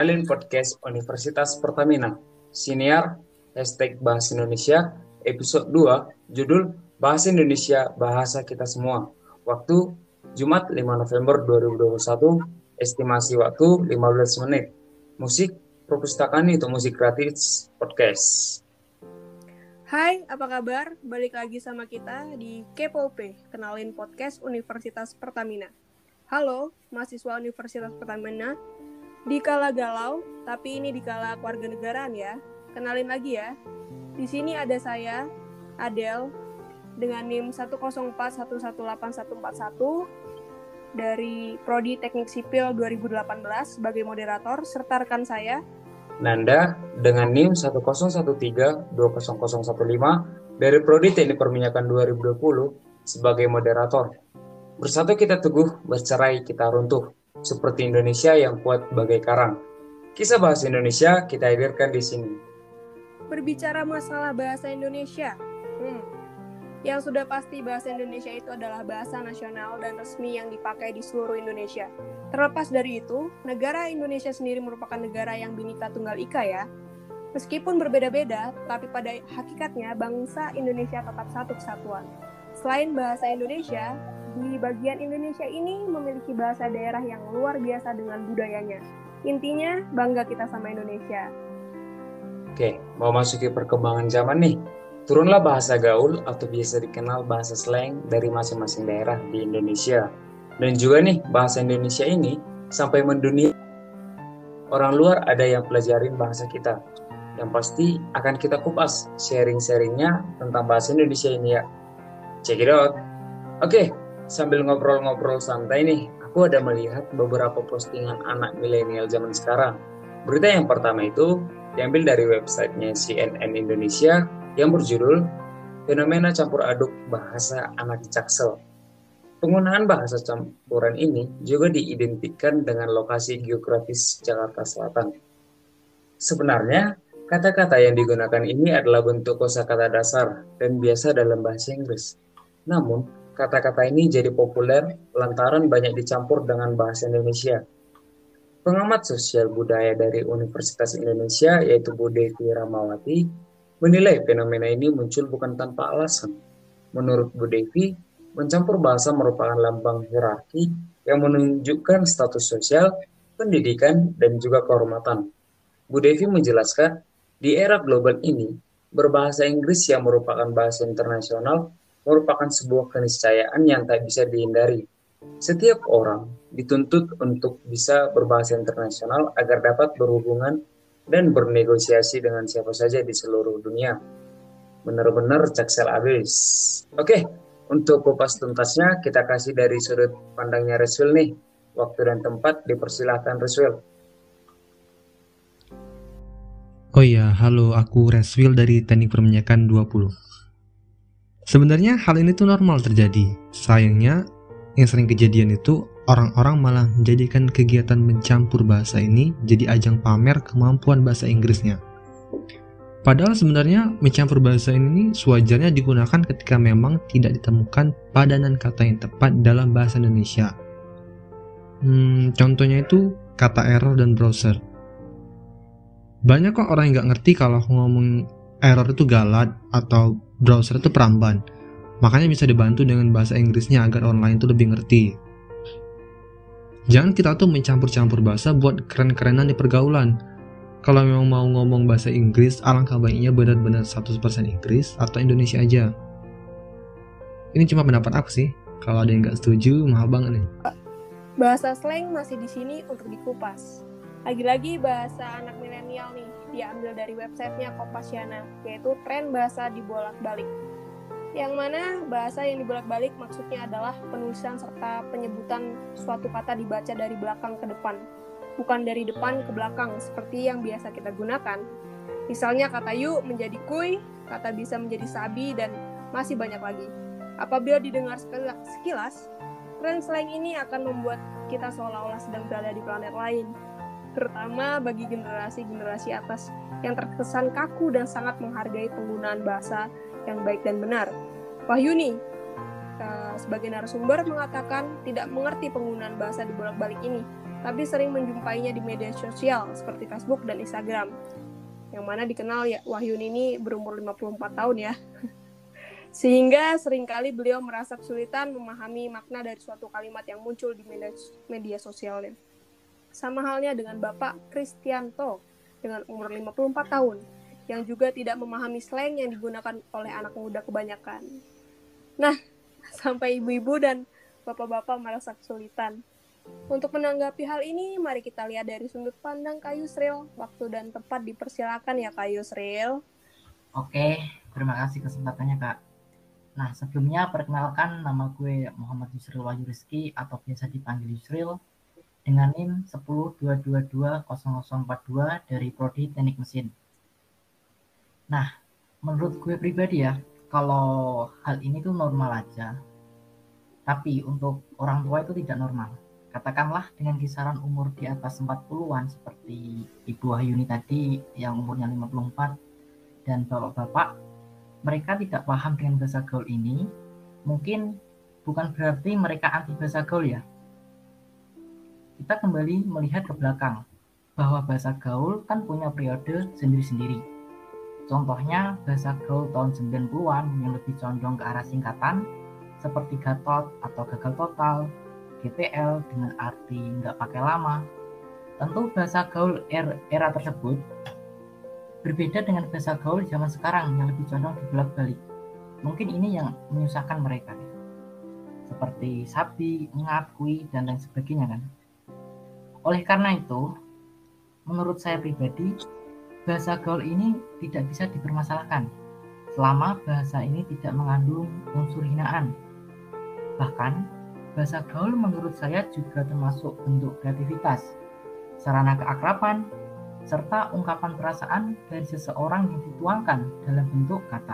Kenalin podcast Universitas Pertamina, Siniar, #Bahasa Indonesia, episode 2, judul Bahasa Indonesia, Bahasa Kita Semua. Waktu Jumat 5 November 2021, estimasi waktu 15 menit. Musik perpustakaan itu musik gratis podcast. Hai, apa kabar? Balik lagi sama kita di KPOP, kenalin podcast Universitas Pertamina. Halo, mahasiswa Universitas Pertamina. Di kala galau, tapi ini di kala kewarganegaraan ya. Kenalin lagi ya. Di sini ada saya, Adel, dengan NIM 104118141 dari Prodi Teknik Sipil 2018 sebagai moderator, serta rekan saya, Nanda dengan NIM 101320015 dari Prodi Teknik Perminyakan 2020 sebagai moderator. Bersatu kita teguh, bercerai kita runtuh, seperti Indonesia yang kuat bagai karang. Kisah bahasa Indonesia kita hadirkan di sini. Berbicara masalah bahasa Indonesia, yang sudah pasti bahasa Indonesia itu adalah bahasa nasional dan resmi yang dipakai di seluruh Indonesia. Terlepas dari itu, negara Indonesia sendiri merupakan negara yang Bhinneka Tunggal Ika ya. Meskipun berbeda-beda, tapi pada hakikatnya bangsa Indonesia tetap satu kesatuan. Selain bahasa Indonesia, di bagian Indonesia ini memiliki bahasa daerah yang luar biasa dengan budayanya. Intinya, bangga kita sama Indonesia. Oke, mau masuki perkembangan zaman nih. Turunlah bahasa gaul atau biasa dikenal bahasa slang dari masing-masing daerah di Indonesia. Dan juga nih, bahasa Indonesia ini sampai mendunia. Orang luar ada yang pelajarin bahasa kita. Yang pasti akan kita kupas sharing-sharingnya tentang bahasa Indonesia ini ya. Check it out. Oke, sambil ngobrol-ngobrol santai nih, aku ada melihat beberapa postingan anak milenial zaman sekarang. Berita yang pertama itu diambil dari websitenya CNN Indonesia yang berjudul Fenomena Campur Aduk Bahasa Anak Jaksel. Penggunaan bahasa campuran ini juga diidentikan dengan lokasi geografis Jakarta Selatan. Sebenarnya, kata-kata yang digunakan ini adalah bentuk kosakata dasar dan biasa dalam bahasa Inggris. Namun, kata-kata ini jadi populer lantaran banyak dicampur dengan bahasa Indonesia. Pengamat sosial budaya dari Universitas Indonesia, yaitu Bu Devi Ramawati, menilai fenomena ini muncul bukan tanpa alasan. Menurut Bu Devi, mencampur bahasa merupakan lambang hierarki yang menunjukkan status sosial, pendidikan, dan juga kehormatan. Bu Devi menjelaskan, di era global ini, berbahasa Inggris yang merupakan bahasa internasional merupakan sebuah keniscayaan yang tak bisa dihindari. Setiap orang dituntut untuk bisa berbahasa internasional agar dapat berhubungan dan bernegosiasi dengan siapa saja di seluruh dunia. Benar-benar jaksel abis. Oke, untuk kupas tuntasnya kita kasih dari sudut pandangnya Reswil nih. Waktu dan tempat dipersilahkan Reswil. Oh iya, halo, aku Reswil dari Teknik Perminyakan 20. Sebenarnya hal ini tuh normal terjadi. Sayangnya, yang sering kejadian itu orang-orang malah menjadikan kegiatan mencampur bahasa ini jadi ajang pamer kemampuan bahasa Inggrisnya. Padahal sebenarnya mencampur bahasa ini sewajarnya digunakan ketika memang tidak ditemukan padanan kata yang tepat dalam bahasa Indonesia. Contohnya itu kata error dan browser. Banyak kok orang yang gak ngerti kalau ngomong error itu galat atau browser itu peramban. Makanya bisa dibantu dengan bahasa Inggrisnya agar online itu lebih ngerti. Jangan kita tuh mencampur-campur bahasa buat keren-kerenan di pergaulan. Kalau memang mau ngomong bahasa Inggris, alangkah baiknya benar-benar 100% Inggris atau Indonesia aja. Ini cuma pendapat aku sih. Kalau ada yang gak setuju, maaf banget nih. Bahasa slang masih di sini untuk dikupas. Lagi-lagi bahasa anak milenial nih, diambil dari websitenya Kompasiana, yaitu tren bahasa dibolak-balik. Yang mana bahasa yang dibolak-balik maksudnya adalah penulisan serta penyebutan suatu kata dibaca dari belakang ke depan, bukan dari depan ke belakang seperti yang biasa kita gunakan. Misalnya kata yuk menjadi kuy, kata bisa menjadi sabi, dan masih banyak lagi. Apabila didengar sekilas, tren slang ini akan membuat kita seolah-olah sedang berada di planet lain, terutama bagi generasi-generasi atas yang terkesan kaku dan sangat menghargai penggunaan bahasa yang baik dan benar. Wahyuni, sebagai narasumber, mengatakan tidak mengerti penggunaan bahasa dibolak-balik ini. tapi sering menjumpainya di media sosial seperti Facebook dan Instagram. Yang mana dikenal ya Wahyuni ini berumur 54 tahun ya. Sehingga seringkali beliau merasa kesulitan memahami makna dari suatu kalimat yang muncul di media sosialnya. Sama halnya dengan Bapak Kristianto dengan umur 54 tahun, yang juga tidak memahami slang yang digunakan oleh anak muda kebanyakan. Nah, sampai ibu-ibu dan bapak-bapak merasa kesulitan. Untuk menanggapi hal ini, mari kita lihat dari sudut pandang Kak Yusril. Waktu dan tempat dipersilakan ya Kak Yusril. Oke, terima kasih kesempatannya Kak. Nah, sebelumnya perkenalkan, nama gue Muhammad Yusril Wahyu Rizky atau biasa dipanggil Yusril dengan NIM 1022200042 dari Prodi Teknik Mesin. Nah, menurut gue pribadi ya, kalau hal ini tuh normal aja. Tapi untuk orang tua itu tidak normal. Katakanlah dengan kisaran umur di atas 40-an seperti Ibu Wahyuni tadi yang umurnya 54 dan bapak-bapak, mereka tidak paham dengan bahasa gaul ini. Mungkin bukan berarti mereka anti bahasa gaul ya. Kita kembali melihat ke belakang bahwa bahasa gaul kan punya periode sendiri-sendiri. Contohnya bahasa gaul tahun 90-an yang lebih condong ke arah singkatan seperti gatot atau gagal total, GTL dengan arti nggak pakai lama. Tentu bahasa gaul era tersebut berbeda dengan bahasa gaul zaman sekarang yang lebih condong dibolak-balik. Mungkin ini yang menyusahkan mereka ya. Seperti sabi, ngakui, dan lain sebagainya kan. Oleh karena itu, menurut saya pribadi, bahasa gaul ini tidak bisa dipermasalahkan selama bahasa ini tidak mengandung unsur hinaan. Bahkan, bahasa gaul menurut saya juga termasuk bentuk kreativitas, sarana keakraban, serta ungkapan perasaan dari seseorang yang dituangkan dalam bentuk kata.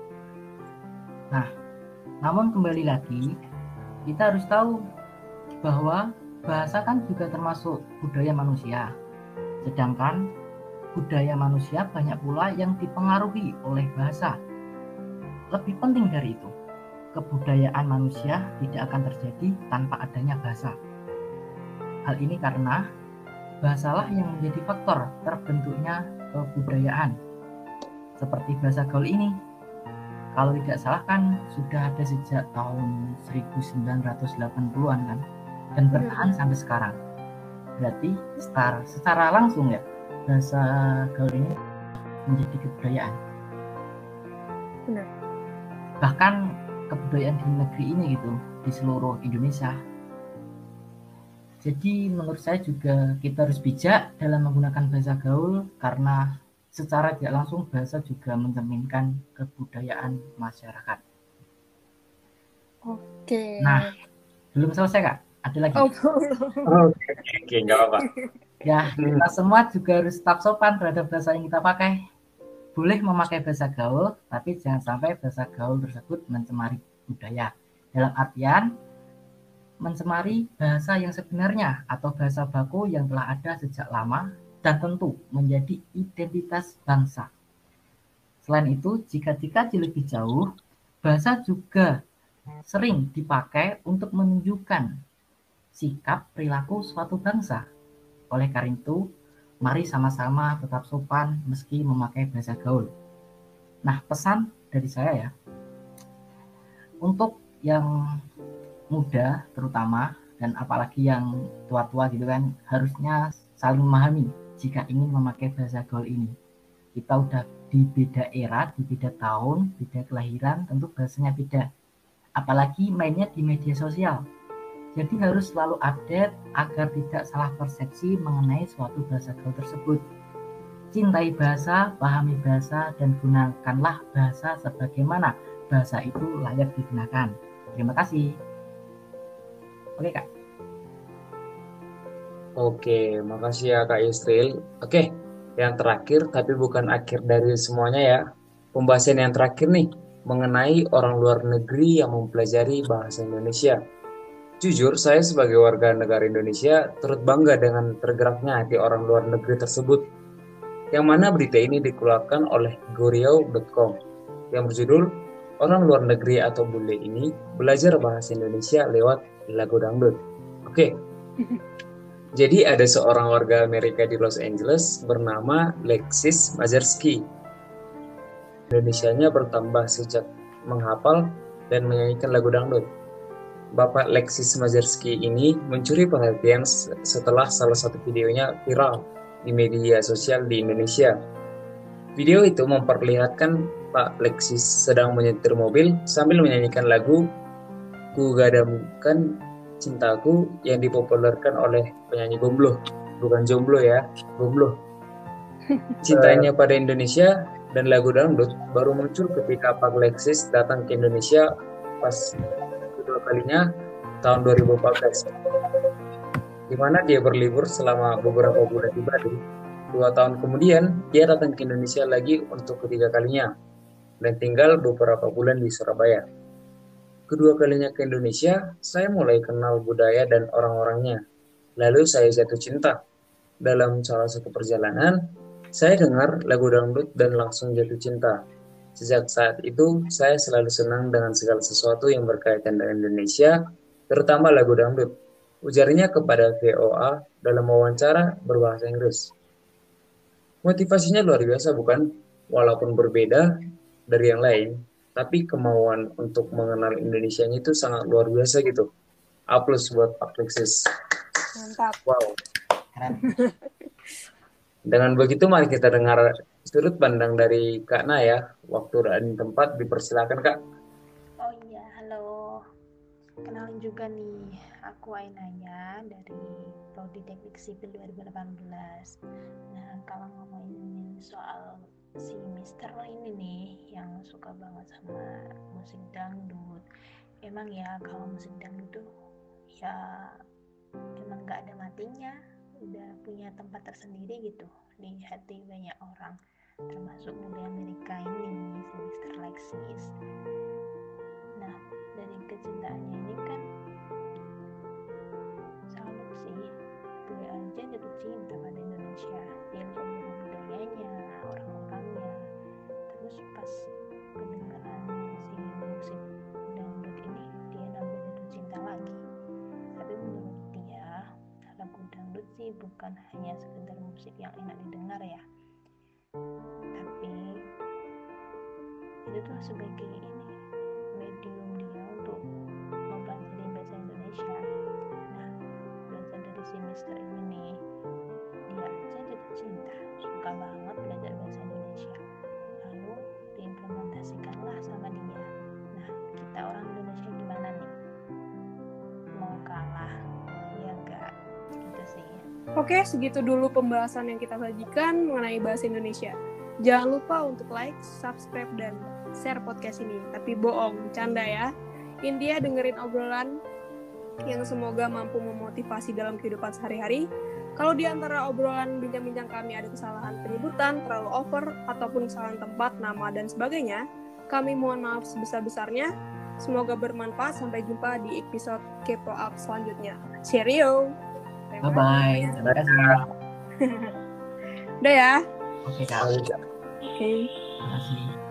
Nah, namun kembali lagi, kita harus tahu bahwa bahasa kan juga termasuk budaya manusia. Sedangkan budaya manusia banyak pula yang dipengaruhi oleh bahasa. Lebih penting dari itu, kebudayaan manusia tidak akan terjadi tanpa adanya bahasa. Hal ini karena bahasalah yang menjadi faktor terbentuknya kebudayaan. Seperti bahasa gaul ini, kalau tidak salah kan sudah ada sejak tahun 1980-an kan, dan bertahan sampai sekarang. Berarti secara langsung ya, bahasa gaul ini menjadi kebudayaan. Benar. Bahkan kebudayaan di negeri ini gitu, di seluruh Indonesia. Jadi menurut saya juga kita harus bijak dalam menggunakan bahasa gaul karena secara tidak langsung bahasa juga mencerminkan kebudayaan masyarakat. Oke. Nah, belum selesai Kak, ada lagi. Oke, nggak apa-apa. Ya, kita semua juga harus tetap sopan terhadap bahasa yang kita pakai. Boleh memakai bahasa gaul, tapi jangan sampai bahasa gaul tersebut mencemari budaya. Dalam artian mencemari bahasa yang sebenarnya atau bahasa baku yang telah ada sejak lama dan tentu menjadi identitas bangsa. Selain itu, jika dikaji lebih jauh, bahasa juga sering dipakai untuk menunjukkan sikap perilaku suatu bangsa. Oleh karena itu, mari sama-sama tetap sopan meski memakai bahasa gaul. Nah, pesan dari saya ya, untuk yang muda terutama dan apalagi yang tua-tua gitu kan, harusnya saling memahami jika ingin memakai bahasa gaul ini. Kita udah di beda era, di beda tahun, beda kelahiran, tentu bahasanya beda. Apalagi mainnya di media sosial. Jadi harus selalu update agar tidak salah persepsi mengenai suatu bahasa gaul tersebut. Cintai bahasa, pahami bahasa, dan gunakanlah bahasa sebagaimana bahasa itu layak digunakan. Terima kasih. Oke Kak. Oke, makasih ya Kak Yusril. Oke, yang terakhir tapi bukan akhir dari semuanya ya. Pembahasan yang terakhir nih mengenai orang luar negeri yang mempelajari bahasa Indonesia. Jujur, saya sebagai warga negara Indonesia turut bangga dengan tergeraknya hati orang luar negeri tersebut. Yang mana berita ini dikeluarkan oleh goriau.com yang berjudul Orang Luar Negeri atau Bule ini belajar bahasa Indonesia lewat lagu dangdut. Oke. Jadi ada seorang warga Amerika di Los Angeles bernama Lexis Majersky. Indonesianya bertambah sejak menghafal dan menyanyikan lagu dangdut. Bapak Lexis Majersky ini mencuri perhatian setelah salah satu videonya viral di media sosial di Indonesia. Video itu memperlihatkan Pak Lexis sedang menyetir mobil sambil menyanyikan lagu Ku Gadamkan Cintaku yang dipopulerkan oleh penyanyi Gomblo. Bukan jomblo ya, Gomblo. Cintanya pada Indonesia dan lagu dangdut baru muncul ketika Pak Lexis datang ke Indonesia pas kedua kalinya tahun 2014, di mana dia berlibur selama beberapa bulan di Bali. 2 tahun kemudian, dia datang ke Indonesia lagi untuk ketiga kalinya dan tinggal beberapa bulan di Surabaya. Kedua kalinya ke Indonesia, saya mulai kenal budaya dan orang-orangnya. Lalu saya jatuh cinta. Dalam salah satu perjalanan, saya dengar lagu dangdut dan langsung jatuh cinta. Sejak saat itu, saya selalu senang dengan segala sesuatu yang berkaitan dengan Indonesia, terutama lagu dangdut. Ujarnya kepada VOA dalam wawancara berbahasa Inggris. Motivasinya luar biasa bukan? Walaupun berbeda dari yang lain, tapi kemauan untuk mengenal Indonesianya itu sangat luar biasa gitu. A+ buat Pak Lexis. Mantap. Wow. Keren. Dengan begitu mari kita dengar sudut pandang dari Kak Naya. Waktu dan tempat dipersilakan Kak. Oh iya, halo. Kenalin juga nih, aku Ainaya dari Prodi Teknik Sipil 2018. Nah, kalau ngomongin soal si Mister ini nih yang suka banget sama musik dangdut. Emang ya kalau musik dangdut tuh ya emang gak ada matinya, udah punya tempat tersendiri gitu di hati banyak orang, termasuk bule Amerika ini si Mr. Lexis. Nah, dari kecintaannya ini kan salut sih, bule aja jatuh cinta pada Indonesia. Dia lihat budayanya, orang-orangnya, terus pas kedengaran si musik dangdut ini dia nambah jatuh cinta lagi. Tapi menurut dia lagu dangdut sih bukan hanya sekedar musik yang enak didengar ya, tapi itu tuh sebagai ini medium dia untuk mempelajari bahasa Indonesia. Nah, belajar dari si Mister ini nih, dia aja jatuh cinta, suka banget belajar bahasa Indonesia, lalu diimplementasikanlah sama dia. Nah, kita orang Indonesia gimana nih? Mau kalah? Ya enggak, gitu sih. Oke, segitu dulu pembahasan yang kita sajikan mengenai bahasa Indonesia. Jangan lupa untuk like, subscribe, dan share podcast ini. Tapi bohong, canda ya. India dengerin obrolan yang semoga mampu memotivasi dalam kehidupan sehari-hari. Kalau di antara obrolan bincang-bincang kami ada kesalahan penyebutan, terlalu over, ataupun kesalahan tempat, nama, dan sebagainya, kami mohon maaf sebesar-besarnya. Semoga bermanfaat. Sampai jumpa di episode Kepo Up selanjutnya. Cheerio! Bye-bye. Terima kasih. Udah ya? Oke, Kak. Oke. Terima kasih.